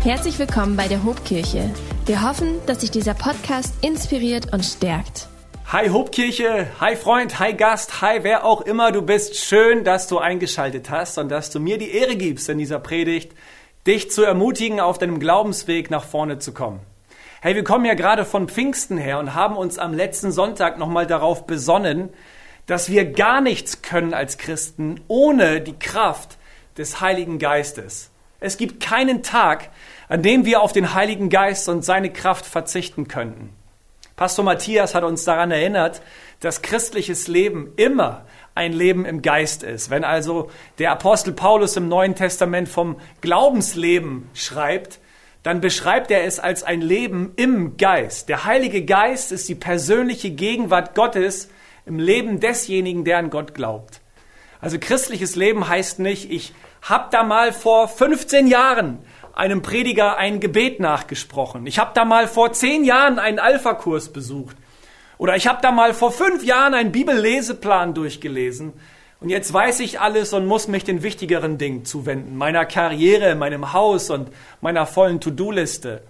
Herzlich willkommen bei der Hobkirche. Wir hoffen, dass dich dieser Podcast inspiriert und stärkt. Hi Hobkirche, hi Freund, hi Gast, hi wer auch immer du bist. Schön, dass du eingeschaltet hast und dass du mir die Ehre gibst in dieser Predigt, dich zu ermutigen, auf deinem Glaubensweg nach vorne zu kommen. Hey, wir kommen ja gerade von Pfingsten her und haben uns am letzten Sonntag nochmal darauf besonnen, dass wir gar nichts können als Christen ohne die Kraft des Heiligen Geistes. Es gibt keinen Tag, an dem wir auf den Heiligen Geist und seine Kraft verzichten könnten. Pastor Matthias hat uns daran erinnert, dass christliches Leben immer ein Leben im Geist ist. Wenn also der Apostel Paulus im Neuen Testament vom Glaubensleben schreibt, dann beschreibt er es als ein Leben im Geist. Der Heilige Geist ist die persönliche Gegenwart Gottes im Leben desjenigen, der an Gott glaubt. Also christliches Leben heißt nicht, ich habe da mal vor 15 Jahren einem Prediger ein Gebet nachgesprochen. Ich habe da mal vor 10 Jahren einen Alpha-Kurs besucht. Oder ich habe da mal vor 5 Jahren einen Bibelleseplan durchgelesen. Und jetzt weiß ich alles und muss mich den wichtigeren Dingen zuwenden. Meiner Karriere, meinem Haus und meiner vollen To-Do-Liste.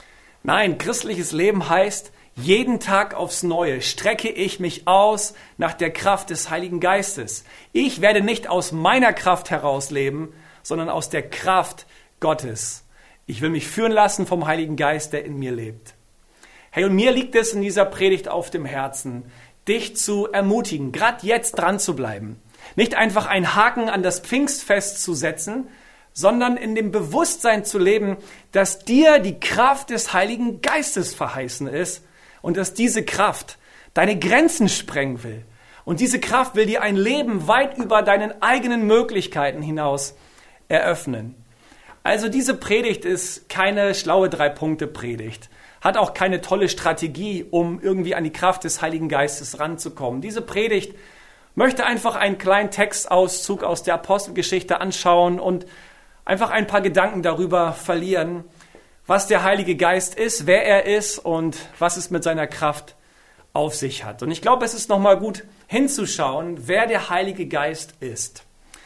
Nein, christliches Leben heißt, jeden Tag aufs Neue strecke ich mich aus nach der Kraft des Heiligen Geistes. Ich werde nicht aus meiner Kraft heraus leben, sondern aus der Kraft Gottes. Ich will mich führen lassen vom Heiligen Geist, der in mir lebt. Hey, und mir liegt es in dieser Predigt auf dem Herzen, dich zu ermutigen, gerade jetzt dran zu bleiben. Nicht einfach einen Haken an das Pfingstfest zu setzen, sondern in dem Bewusstsein zu leben, dass dir die Kraft des Heiligen Geistes verheißen ist und dass diese Kraft deine Grenzen sprengen will. Und diese Kraft will dir ein Leben weit über deinen eigenen Möglichkeiten hinaus eröffnen. Also diese Predigt ist keine schlaue 3-Punkte-Predigt, hat auch keine tolle Strategie, um irgendwie an die Kraft des Heiligen Geistes ranzukommen. Diese Predigt möchte einfach einen kleinen Textauszug aus der Apostelgeschichte anschauen und einfach ein paar Gedanken darüber verlieren, was der Heilige Geist ist, wer er ist und was es mit seiner Kraft auf sich hat. Und ich glaube, es ist nochmal gut hinzuschauen, wer der Heilige Geist ist.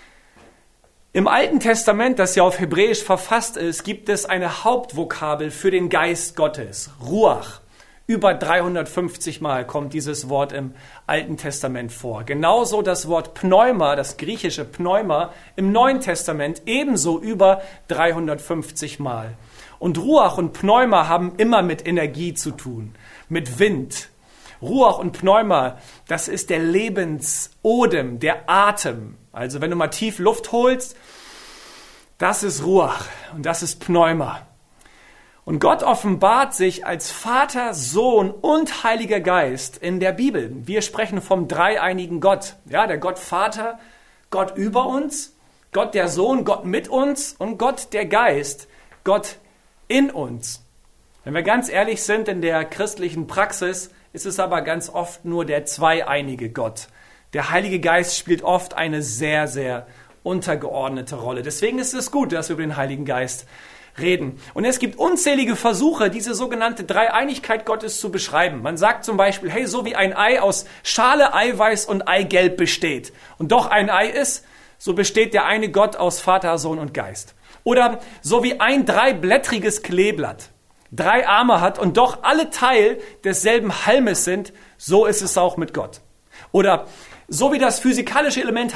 Im Alten Testament, das ja auf Hebräisch verfasst ist, gibt es eine Hauptvokabel für den Geist Gottes, Ruach. Über 350 Mal kommt dieses Wort im Alten Testament vor. Genauso das Wort Pneuma, das griechische Pneuma, im Neuen Testament ebenso über 350 Mal. Und Ruach und Pneuma haben immer mit Energie zu tun, mit Wind. Ruach und Pneuma, das ist der Lebensodem, der Atem. Also wenn du mal tief Luft holst, das ist Ruach und das ist Pneuma. Und Gott offenbart sich als Vater, Sohn und Heiliger Geist in der Bibel. Wir sprechen vom dreieinigen Gott. Ja, der Gott Vater, Gott über uns, Gott der Sohn, Gott mit uns und Gott der Geist, Gott in uns. Wenn wir ganz ehrlich sind, in der christlichen Praxis ist es aber ganz oft nur der zweieinige Gott. Der Heilige Geist spielt oft eine sehr, sehr untergeordnete Rolle. Deswegen ist es gut, dass wir über den Heiligen Geist reden. Und es gibt unzählige Versuche, diese sogenannte Dreieinigkeit Gottes zu beschreiben. Man sagt zum Beispiel, hey, so wie ein Ei aus Schale, Eiweiß und Eigelb besteht und doch ein Ei ist, so besteht der eine Gott aus Vater, Sohn und Geist. Oder so wie ein dreiblättriges Kleeblatt 3 Arme hat und doch alle Teil desselben Halmes sind, so ist es auch mit Gott. Oder so wie das physikalische Element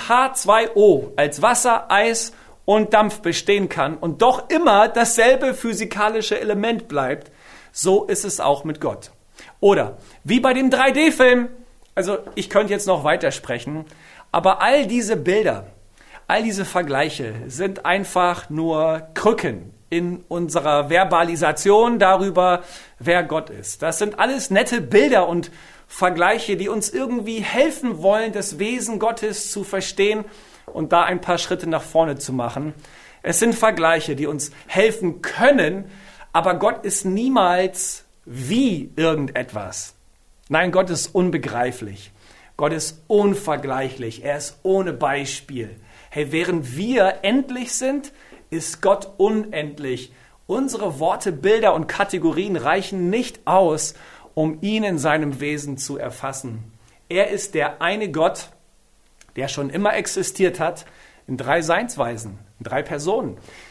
H2O als Wasser, Eis und Dampf bestehen kann und doch immer dasselbe physikalische Element bleibt, so ist es auch mit Gott. Oder wie bei dem 3D-Film, also ich könnte jetzt noch weitersprechen, aber all diese Bilder, all diese Vergleiche sind einfach nur Krücken in unserer Verbalisation darüber, wer Gott ist. Das sind alles nette Bilder und Vergleiche, die uns irgendwie helfen wollen, das Wesen Gottes zu verstehen und da ein paar Schritte nach vorne zu machen. Es sind Vergleiche, die uns helfen können, aber Gott ist niemals wie irgendetwas. Nein, Gott ist unbegreiflich. Gott ist unvergleichlich. Er ist ohne Beispiel. Hey, während wir endlich sind, ist Gott unendlich. Unsere Worte, Bilder und Kategorien reichen nicht aus, um ihn in seinem Wesen zu erfassen. Er ist der eine Gott, der schon immer existiert hat, in 3 Seinsweisen, in 3 Personen.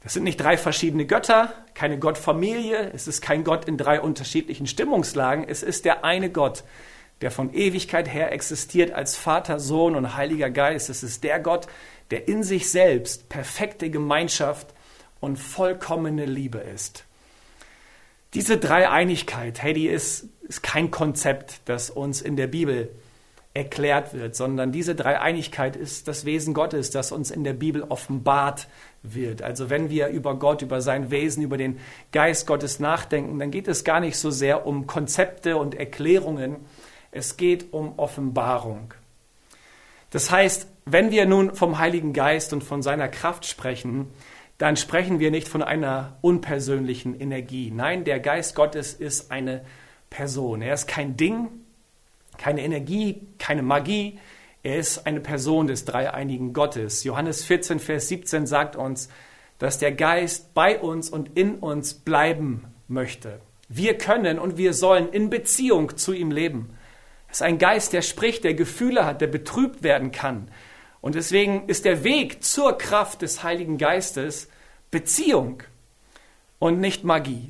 Das sind nicht 3 verschiedene Götter, keine Gottfamilie, es ist kein Gott in 3 unterschiedlichen Stimmungslagen, es ist der eine Gott, der von Ewigkeit her existiert als Vater, Sohn und Heiliger Geist. Es ist der Gott, der in sich selbst perfekte Gemeinschaft und vollkommene Liebe ist. Diese Dreieinigkeit, die ist kein Konzept, das uns in der Bibel erklärt wird, sondern diese Dreieinigkeit ist das Wesen Gottes, das uns in der Bibel offenbart wird. Also wenn wir über Gott, über sein Wesen, über den Geist Gottes nachdenken, dann geht es gar nicht so sehr um Konzepte und Erklärungen, es geht um Offenbarung. Das heißt, wenn wir nun vom Heiligen Geist und von seiner Kraft sprechen, dann sprechen wir nicht von einer unpersönlichen Energie. Nein, der Geist Gottes ist eine Person. Er ist kein Ding, keine Energie, keine Magie. Er ist eine Person des dreieinigen Gottes. Johannes 14, Vers 17 sagt uns, dass der Geist bei uns und in uns bleiben möchte. Wir können und wir sollen in Beziehung zu ihm leben. Es ist ein Geist, der spricht, der Gefühle hat, der betrübt werden kann. Und deswegen ist der Weg zur Kraft des Heiligen Geistes Beziehung und nicht Magie.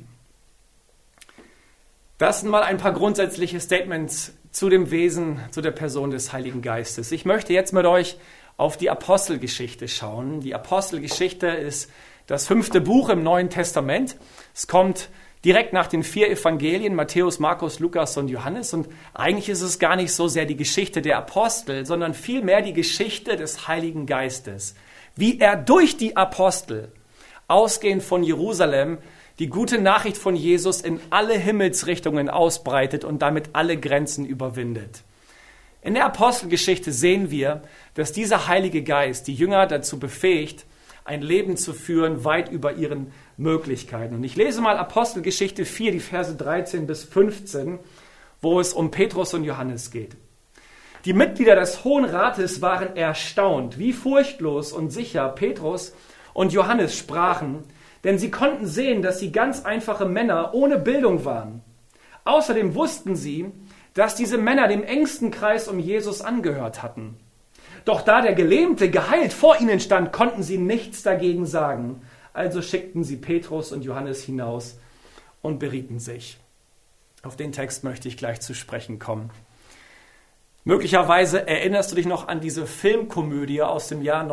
Das sind mal ein paar grundsätzliche Statements zu dem Wesen, zu der Person des Heiligen Geistes. Ich möchte jetzt mit euch auf die Apostelgeschichte schauen. Die Apostelgeschichte ist das 5. Buch im Neuen Testament. Es kommt direkt nach den 4 Evangelien, Matthäus, Markus, Lukas und Johannes. Und eigentlich ist es gar nicht so sehr die Geschichte der Apostel, sondern vielmehr die Geschichte des Heiligen Geistes. Wie er durch die Apostel, ausgehend von Jerusalem, die gute Nachricht von Jesus in alle Himmelsrichtungen ausbreitet und damit alle Grenzen überwindet. In der Apostelgeschichte sehen wir, dass dieser Heilige Geist die Jünger dazu befähigt, ein Leben zu führen, weit über ihren Möglichkeiten. Und ich lese mal Apostelgeschichte 4, die Verse 13 bis 15, wo es um Petrus und Johannes geht. Die Mitglieder des Hohen Rates waren erstaunt, wie furchtlos und sicher Petrus und Johannes sprachen, denn sie konnten sehen, dass sie ganz einfache Männer ohne Bildung waren. Außerdem wussten sie, dass diese Männer dem engsten Kreis um Jesus angehört hatten. Doch da der Gelähmte geheilt vor ihnen stand, konnten sie nichts dagegen sagen. Also schickten sie Petrus und Johannes hinaus und berieten sich. Auf den Text möchte ich gleich zu sprechen kommen. Möglicherweise erinnerst du dich noch an diese Filmkomödie aus dem Jahr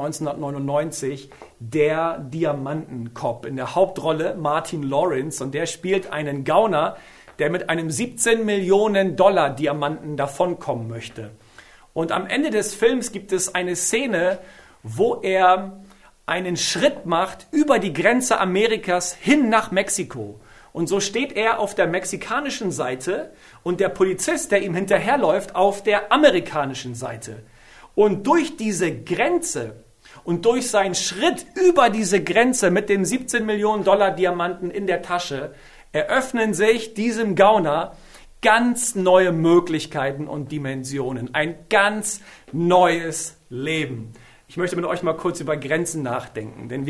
1999, Der Diamantenkopf. In der Hauptrolle Martin Lawrence, und der spielt einen Gauner, der mit einem 17 Millionen Dollar Diamanten davonkommen möchte. Und am Ende des Films gibt es eine Szene, wo er einen Schritt macht über die Grenze Amerikas hin nach Mexiko. Und so steht er auf der mexikanischen Seite und der Polizist, der ihm hinterherläuft, auf der amerikanischen Seite. Und durch diese Grenze und durch seinen Schritt über diese Grenze mit dem 17 Millionen Dollar Diamanten in der Tasche eröffnen sich diesem Gauner ganz neue Möglichkeiten und Dimensionen. Ein ganz neues Leben. Ich möchte mit euch mal kurz über Grenzen nachdenken. Denn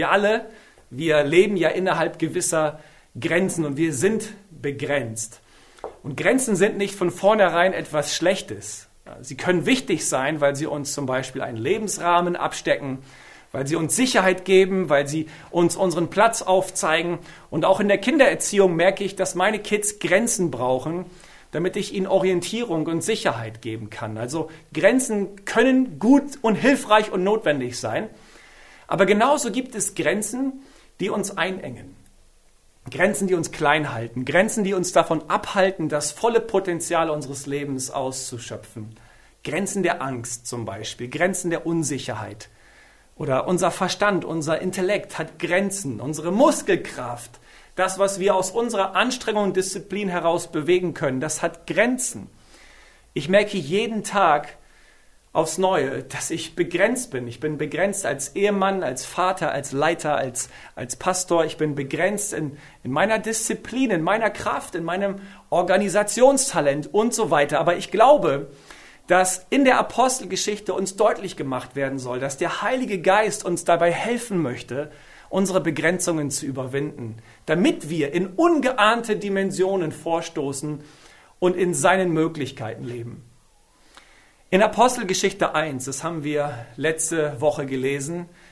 wir leben ja innerhalb gewisser Grenzen und wir sind begrenzt. Und Grenzen sind nicht von vornherein etwas Schlechtes. Sie können wichtig sein, weil sie uns zum Beispiel einen Lebensrahmen abstecken, weil sie uns Sicherheit geben, weil sie uns unseren Platz aufzeigen. Und auch in der Kindererziehung merke ich, dass meine Kids Grenzen brauchen, damit ich ihnen Orientierung und Sicherheit geben kann. Also Grenzen können gut und hilfreich und notwendig sein. Aber genauso gibt es Grenzen, die uns einengen. Grenzen, die uns klein halten, Grenzen, die uns davon abhalten, das volle Potenzial unseres Lebens auszuschöpfen. Grenzen der Angst zum Beispiel, Grenzen der Unsicherheit. Oder unser Verstand, unser Intellekt hat Grenzen, unsere Muskelkraft, das, was wir aus unserer Anstrengung und Disziplin heraus bewegen können, das hat Grenzen. Ich merke jeden Tag aufs Neue, dass ich begrenzt bin. Ich bin begrenzt als Ehemann, als Vater, als Leiter, als Pastor. Ich bin begrenzt in meiner Disziplin, in meiner Kraft, in meinem Organisationstalent und so weiter. Aber ich glaube, dass in der Apostelgeschichte uns deutlich gemacht werden soll, dass der Heilige Geist uns dabei helfen möchte, unsere Begrenzungen zu überwinden, damit wir in ungeahnte Dimensionen vorstoßen und in seinen Möglichkeiten leben. In Apostelgeschichte 1, das haben wir letzte Woche gelesen,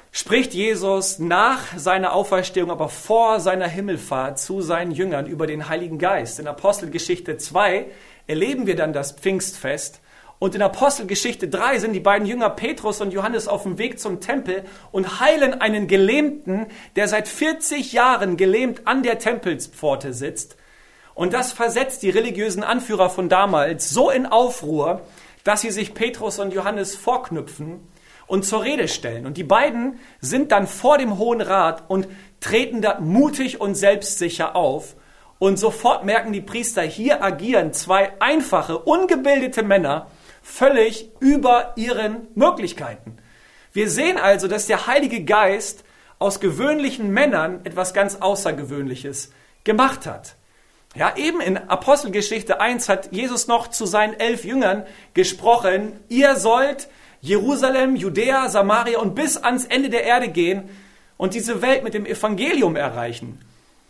spricht Jesus nach seiner Auferstehung, aber vor seiner Himmelfahrt zu seinen Jüngern über den Heiligen Geist. In Apostelgeschichte 2 erleben wir dann das Pfingstfest. Und in Apostelgeschichte 3 sind die beiden Jünger Petrus und Johannes auf dem Weg zum Tempel und heilen einen Gelähmten, der seit 40 Jahren gelähmt an der Tempelpforte sitzt. Und das versetzt die religiösen Anführer von damals so in Aufruhr, dass sie sich Petrus und Johannes vorknüpfen und zur Rede stellen. Und die beiden sind dann vor dem Hohen Rat und treten da mutig und selbstsicher auf. Und sofort merken die Priester, hier agieren zwei einfache, ungebildete Männer völlig über ihren Möglichkeiten. Wir sehen also, dass der Heilige Geist aus gewöhnlichen Männern etwas ganz Außergewöhnliches gemacht hat. Ja, eben in Apostelgeschichte 1 hat Jesus noch zu seinen 11 Jüngern gesprochen, ihr sollt Jerusalem, Judäa, Samaria und bis ans Ende der Erde gehen und diese Welt mit dem Evangelium erreichen.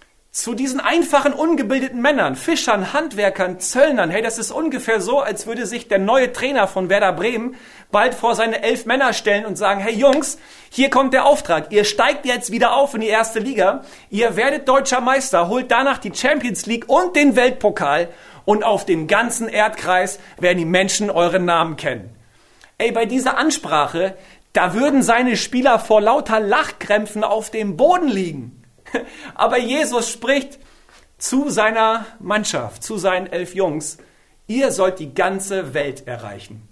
Zu diesen einfachen, ungebildeten Männern, Fischern, Handwerkern, Zöllnern, hey, das ist ungefähr so, als würde sich der neue Trainer von Werder Bremen bald vor seine 11 Männer stellen und sagen, hey Jungs, hier kommt der Auftrag, ihr steigt jetzt wieder auf in die erste Liga, ihr werdet deutscher Meister, holt danach die Champions League und den Weltpokal und auf dem ganzen Erdkreis werden die Menschen euren Namen kennen. Ey, bei dieser Ansprache, da würden seine Spieler vor lauter Lachkrämpfen auf dem Boden liegen. Aber Jesus spricht zu seiner Mannschaft, zu seinen 11 Jungs, ihr sollt die ganze Welt erreichen.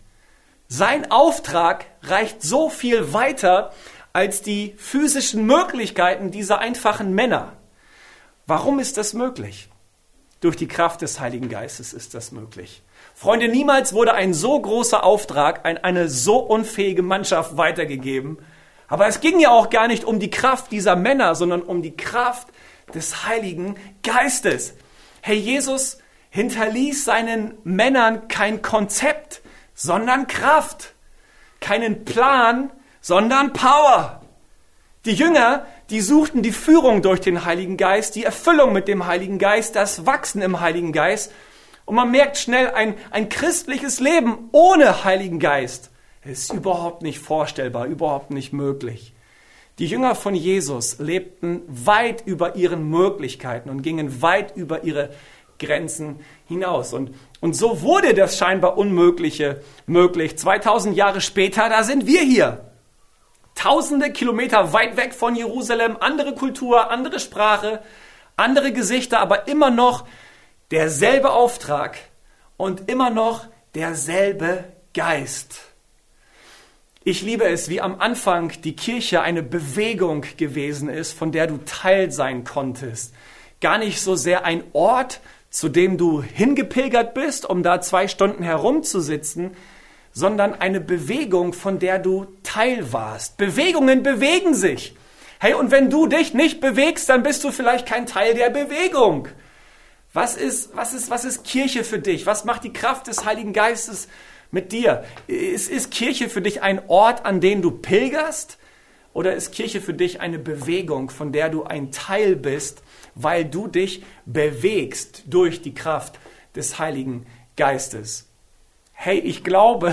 Sein Auftrag reicht so viel weiter als die physischen Möglichkeiten dieser einfachen Männer. Warum ist das möglich? Durch die Kraft des Heiligen Geistes ist das möglich. Freunde, niemals wurde ein so großer Auftrag an eine so unfähige Mannschaft weitergegeben. Aber es ging ja auch gar nicht um die Kraft dieser Männer, sondern um die Kraft des Heiligen Geistes. Herr Jesus hinterließ seinen Männern kein Konzept, sondern Kraft. Keinen Plan, sondern Power. Die Jünger, die suchten die Führung durch den Heiligen Geist, die Erfüllung mit dem Heiligen Geist, das Wachsen im Heiligen Geist. Und man merkt schnell, ein christliches Leben ohne Heiligen Geist ist überhaupt nicht vorstellbar, überhaupt nicht möglich. Die Jünger von Jesus lebten weit über ihren Möglichkeiten und gingen weit über ihre Grenzen hinaus. Und so wurde das scheinbar Unmögliche möglich. 2000 Jahre später, da sind wir hier. Tausende Kilometer weit weg von Jerusalem, andere Kultur, andere Sprache, andere Gesichter, aber immer noch derselbe Auftrag und immer noch derselbe Geist. Ich liebe es, wie am Anfang die Kirche eine Bewegung gewesen ist, von der du Teil sein konntest. Gar nicht so sehr ein Ort, zu dem du hingepilgert bist, um da 2 Stunden herumzusitzen, sondern eine Bewegung, von der du Teil warst. Bewegungen bewegen sich. Hey, und wenn du dich nicht bewegst, dann bist du vielleicht kein Teil der Bewegung. Was ist Kirche für dich? Was macht die Kraft des Heiligen Geistes mit dir? Ist Kirche für dich ein Ort, an den du pilgerst? Oder ist Kirche für dich eine Bewegung, von der du ein Teil bist, weil du dich bewegst durch die Kraft des Heiligen Geistes? Hey, ich glaube,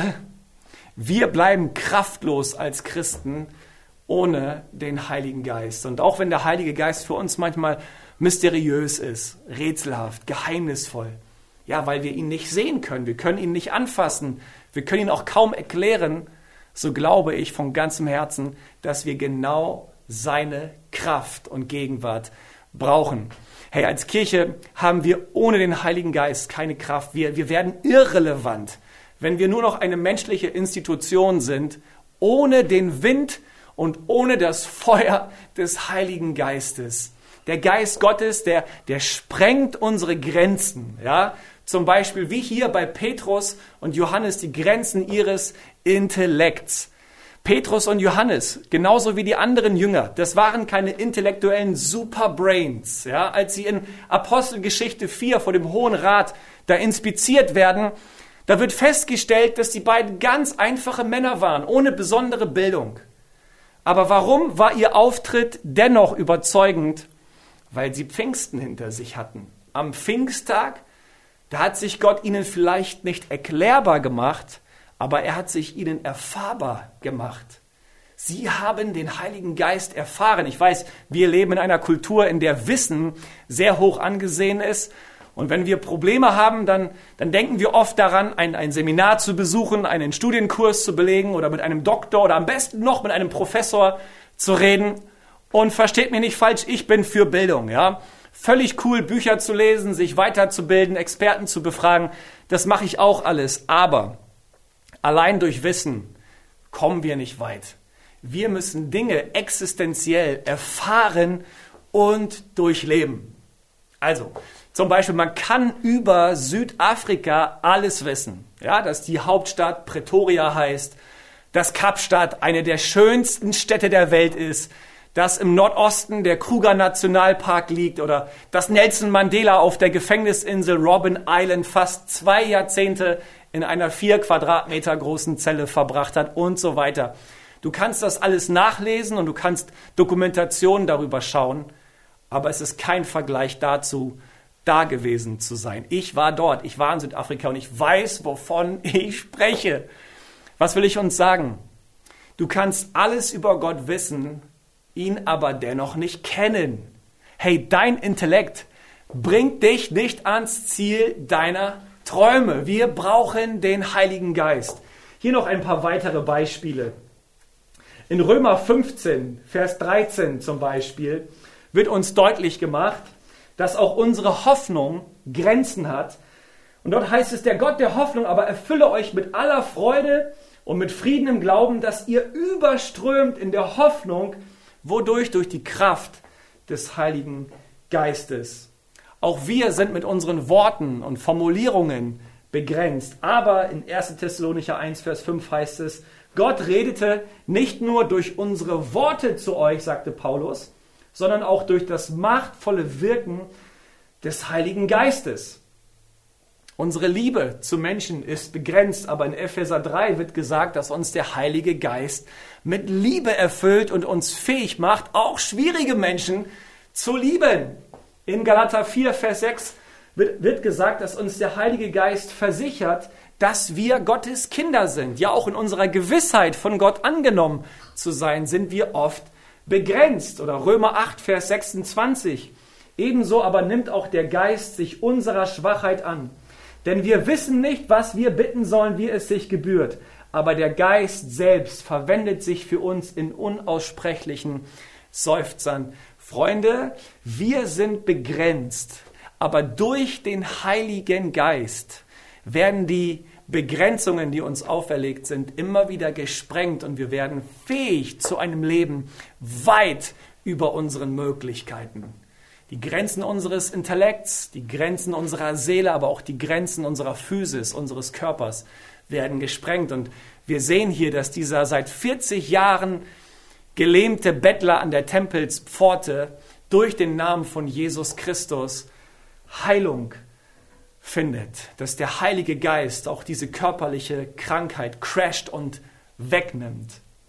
wir bleiben kraftlos als Christen ohne den Heiligen Geist. Und auch wenn der Heilige Geist für uns manchmal mysteriös ist, rätselhaft, geheimnisvoll, ja, weil wir ihn nicht sehen können, wir können ihn nicht anfassen, wir können ihn auch kaum erklären, so glaube ich von ganzem Herzen, dass wir genau seine Kraft und Gegenwart brauchen. Hey, als Kirche haben wir ohne den Heiligen Geist keine Kraft. Wir werden irrelevant, wenn wir nur noch eine menschliche Institution sind, ohne den Wind und ohne das Feuer des Heiligen Geistes. Der Geist Gottes, der sprengt unsere Grenzen, ja. Zum Beispiel wie hier bei Petrus und Johannes die Grenzen ihres Intellekts. Petrus und Johannes, genauso wie die anderen Jünger, das waren keine intellektuellen Superbrains. Ja? Als sie in Apostelgeschichte 4 vor dem Hohen Rat da inspiziert werden, da wird festgestellt, dass die beiden ganz einfache Männer waren, ohne besondere Bildung. Aber warum war ihr Auftritt dennoch überzeugend? Weil sie Pfingsten hinter sich hatten. Am Pfingsttag, da hat sich Gott ihnen vielleicht nicht erklärbar gemacht, aber er hat sich ihnen erfahrbar gemacht. Sie haben den Heiligen Geist erfahren. Ich weiß, wir leben in einer Kultur, in der Wissen sehr hoch angesehen ist. Und wenn wir Probleme haben, dann denken wir oft daran, ein Seminar zu besuchen, einen Studienkurs zu belegen oder mit einem Doktor oder am besten noch mit einem Professor zu reden. Und versteht mich nicht falsch, ich bin für Bildung. Ja? Völlig cool, Bücher zu lesen, sich weiterzubilden, Experten zu befragen. Das mache ich auch alles. Aber allein durch Wissen kommen wir nicht weit. Wir müssen Dinge existenziell erfahren und durchleben. Also, zum Beispiel, man kann über Südafrika alles wissen. Ja, dass die Hauptstadt Pretoria heißt, dass Kapstadt eine der schönsten Städte der Welt ist, dass im Nordosten der Kruger Nationalpark liegt oder dass Nelson Mandela auf der Gefängnisinsel Robben Island fast 2 Jahrzehnte in einer 4 Quadratmeter großen Zelle verbracht hat und so weiter. Du kannst das alles nachlesen und du kannst Dokumentationen darüber schauen, aber es ist kein Vergleich dazu, da gewesen zu sein. Ich war dort, ich war in Südafrika und ich weiß, wovon ich spreche. Was will ich uns sagen? Du kannst alles über Gott wissen, ihn aber dennoch nicht kennen. Hey, dein Intellekt bringt dich nicht ans Ziel deiner Träume. Wir brauchen den Heiligen Geist. Hier noch ein paar weitere Beispiele. In Römer 15, Vers 13 zum Beispiel, wird uns deutlich gemacht, dass auch unsere Hoffnung Grenzen hat. Und dort heißt es, der Gott der Hoffnung aber erfülle euch mit aller Freude und mit Frieden im Glauben, dass ihr überströmt in der Hoffnung, wodurch? Durch die Kraft des Heiligen Geistes. Auch wir sind mit unseren Worten und Formulierungen begrenzt. Aber in 1. Thessalonicher 1, Vers 5 heißt es, Gott redete nicht nur durch unsere Worte zu euch, sagte Paulus, sondern auch durch das machtvolle Wirken des Heiligen Geistes. Unsere Liebe zu Menschen ist begrenzt, aber in Epheser 3 wird gesagt, dass uns der Heilige Geist mit Liebe erfüllt und uns fähig macht, auch schwierige Menschen zu lieben. In Galater 4, Vers 6 wird gesagt, dass uns der Heilige Geist versichert, dass wir Gottes Kinder sind. Ja, auch in unserer Gewissheit, von Gott angenommen zu sein, sind wir oft begrenzt. Oder Römer 8, Vers 26. Ebenso aber nimmt auch der Geist sich unserer Schwachheit an. Denn wir wissen nicht, was wir bitten sollen, wie es sich gebührt. Aber der Geist selbst verwendet sich für uns in unaussprechlichen Seufzern. Freunde, wir sind begrenzt. Aber durch den Heiligen Geist werden die Begrenzungen, die uns auferlegt sind, immer wieder gesprengt und wir werden fähig zu einem Leben weit über unseren Möglichkeiten. Die Grenzen unseres Intellekts, die Grenzen unserer Seele, aber auch die Grenzen unserer Physis, unseres Körpers werden gesprengt. Und wir sehen hier, dass dieser seit 40 Jahren gelähmte Bettler an der Tempelspforte durch den Namen von Jesus Christus Heilung findet, dass der Heilige Geist auch diese körperliche Krankheit crasht und wegnimmt.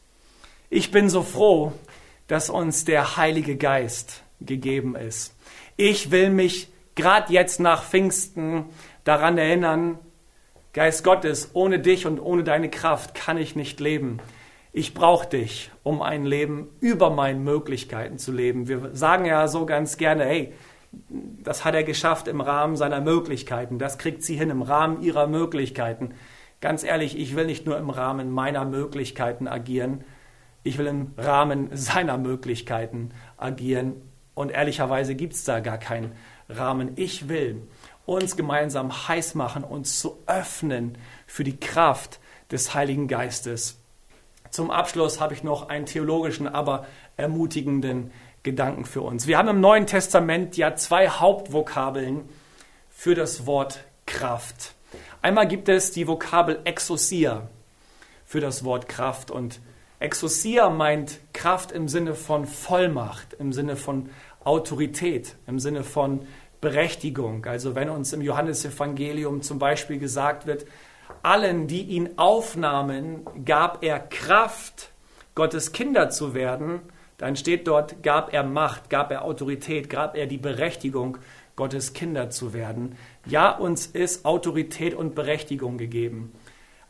Ich bin so froh, dass uns der Heilige Geist gegeben ist. Ich will mich gerade jetzt nach Pfingsten daran erinnern, Geist Gottes, ohne dich und ohne deine Kraft kann ich nicht leben. Ich brauche dich, um ein Leben über meinen Möglichkeiten zu leben. Wir sagen ja so ganz gerne, hey, das hat er geschafft im Rahmen seiner Möglichkeiten. Das kriegt sie hin im Rahmen ihrer Möglichkeiten. Ganz ehrlich, ich will nicht nur im Rahmen meiner Möglichkeiten agieren. Ich will im Rahmen seiner Möglichkeiten agieren. Und ehrlicherweise gibt es da gar keinen Rahmen. Ich will uns gemeinsam heiß machen, uns zu öffnen für die Kraft des Heiligen Geistes. Zum Abschluss habe ich noch einen theologischen, aber ermutigenden Gedanken für uns. Wir haben im Neuen Testament ja 2 Hauptvokabeln für das Wort Kraft. Einmal gibt es die Vokabel Exousia für das Wort Kraft und Exousia meint Kraft im Sinne von Vollmacht, im Sinne von Autorität, im Sinne von Berechtigung. Also wenn uns im Johannesevangelium zum Beispiel gesagt wird, allen, die ihn aufnahmen, gab er Kraft, Gottes Kinder zu werden, dann steht dort, gab er Macht, gab er Autorität, gab er die Berechtigung, Gottes Kinder zu werden. Ja, uns ist Autorität und Berechtigung gegeben.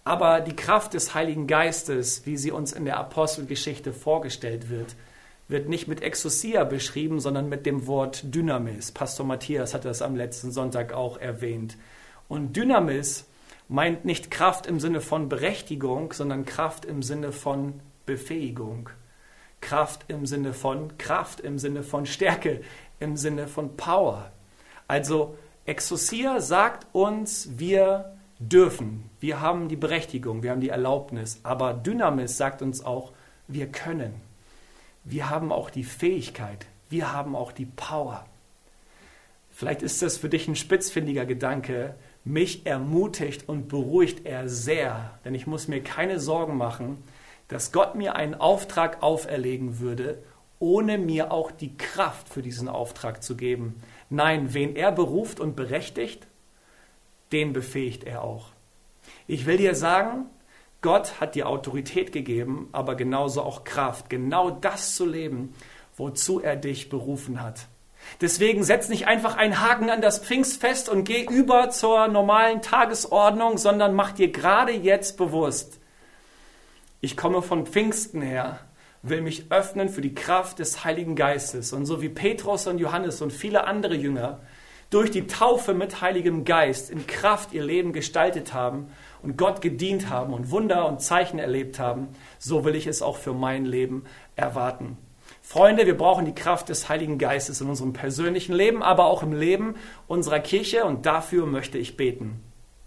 Aber die Kraft des Heiligen Geistes, wie sie uns in der Apostelgeschichte vorgestellt wird nicht mit Exousia beschrieben, sondern mit dem Wort Dynamis. Pastor Matthias hat das am letzten Sonntag auch erwähnt. Und Dynamis meint nicht Kraft im Sinne von Berechtigung, sondern Kraft im Sinne von Befähigung. Kraft im Sinne von Stärke, im Sinne von Power. Also Exousia sagt uns, wir dürfen, wir haben die Berechtigung, wir haben die Erlaubnis, aber Dynamis sagt uns auch, wir können. Wir haben auch die Fähigkeit, wir haben auch die Power. Vielleicht ist das für dich ein spitzfindiger Gedanke. Mich ermutigt und beruhigt er sehr, denn ich muss mir keine Sorgen machen, dass Gott mir einen Auftrag auferlegen würde, ohne mir auch die Kraft für diesen Auftrag zu geben. Nein, wen er beruft und berechtigt, den befähigt er auch. Ich will dir sagen, Gott hat dir Autorität gegeben, aber genauso auch Kraft, genau das zu leben, wozu er dich berufen hat. Deswegen setz nicht einfach einen Haken an das Pfingstfest und geh über zur normalen Tagesordnung, sondern mach dir gerade jetzt bewusst, ich komme von Pfingsten her, will mich öffnen für die Kraft des Heiligen Geistes. Und so wie Petrus und Johannes und viele andere Jünger durch die Taufe mit Heiligem Geist in Kraft ihr Leben gestaltet haben und Gott gedient haben und Wunder und Zeichen erlebt haben, so will ich es auch für mein Leben erwarten. Freunde, wir brauchen die Kraft des Heiligen Geistes in unserem persönlichen Leben, aber auch im Leben unserer Kirche, und dafür möchte ich beten.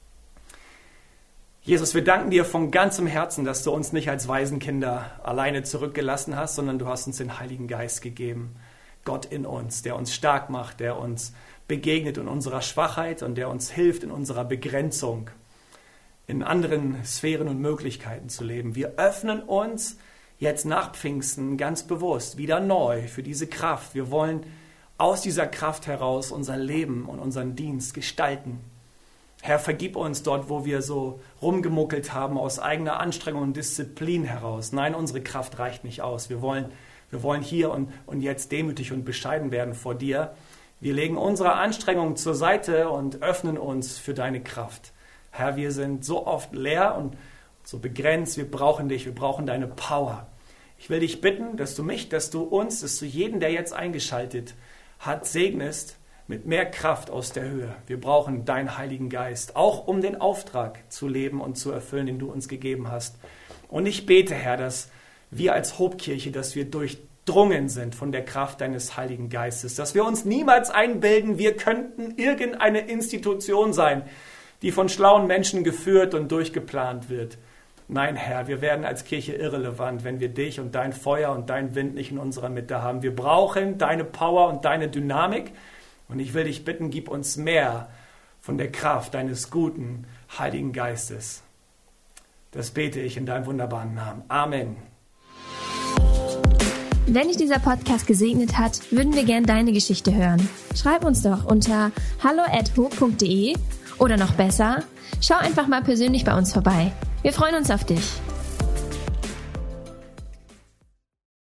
Jesus, wir danken dir von ganzem Herzen, dass du uns nicht als Waisenkinder alleine zurückgelassen hast, sondern du hast uns den Heiligen Geist gegeben. Gott in uns, der uns stark macht, der uns begegnet in unserer Schwachheit und der uns hilft in unserer Begrenzung, in anderen Sphären und Möglichkeiten zu leben. Wir öffnen uns jetzt nach Pfingsten ganz bewusst wieder neu für diese Kraft. Wir wollen aus dieser Kraft heraus unser Leben und unseren Dienst gestalten. Herr, vergib uns dort, wo wir so rumgemuckelt haben aus eigener Anstrengung und Disziplin heraus. Nein, unsere Kraft reicht nicht aus. Wir wollen hier und jetzt demütig und bescheiden werden vor dir. Wir legen unsere Anstrengungen zur Seite und öffnen uns für deine Kraft. Herr, wir sind so oft leer und so begrenzt. Wir brauchen dich, wir brauchen deine Power. Ich will dich bitten, dass du mich, dass du uns, dass du jeden, der jetzt eingeschaltet hat, segnest mit mehr Kraft aus der Höhe. Wir brauchen deinen Heiligen Geist, auch um den Auftrag zu leben und zu erfüllen, den du uns gegeben hast. Und ich bete, Herr, dass wir als Hopekirche, dass wir durchdrungen sind von der Kraft deines Heiligen Geistes, dass wir uns niemals einbilden, wir könnten irgendeine Institution sein, die von schlauen Menschen geführt und durchgeplant wird. Nein, Herr, wir werden als Kirche irrelevant, wenn wir dich und dein Feuer und dein Wind nicht in unserer Mitte haben. Wir brauchen deine Power und deine Dynamik. Und ich will dich bitten, gib uns mehr von der Kraft deines guten Heiligen Geistes. Das bete ich in deinem wunderbaren Namen. Amen. Wenn dich dieser Podcast gesegnet hat, würden wir gern deine Geschichte hören. Schreib uns doch unter hallo@hope.de oder noch besser, schau einfach mal persönlich bei uns vorbei. Wir freuen uns auf dich.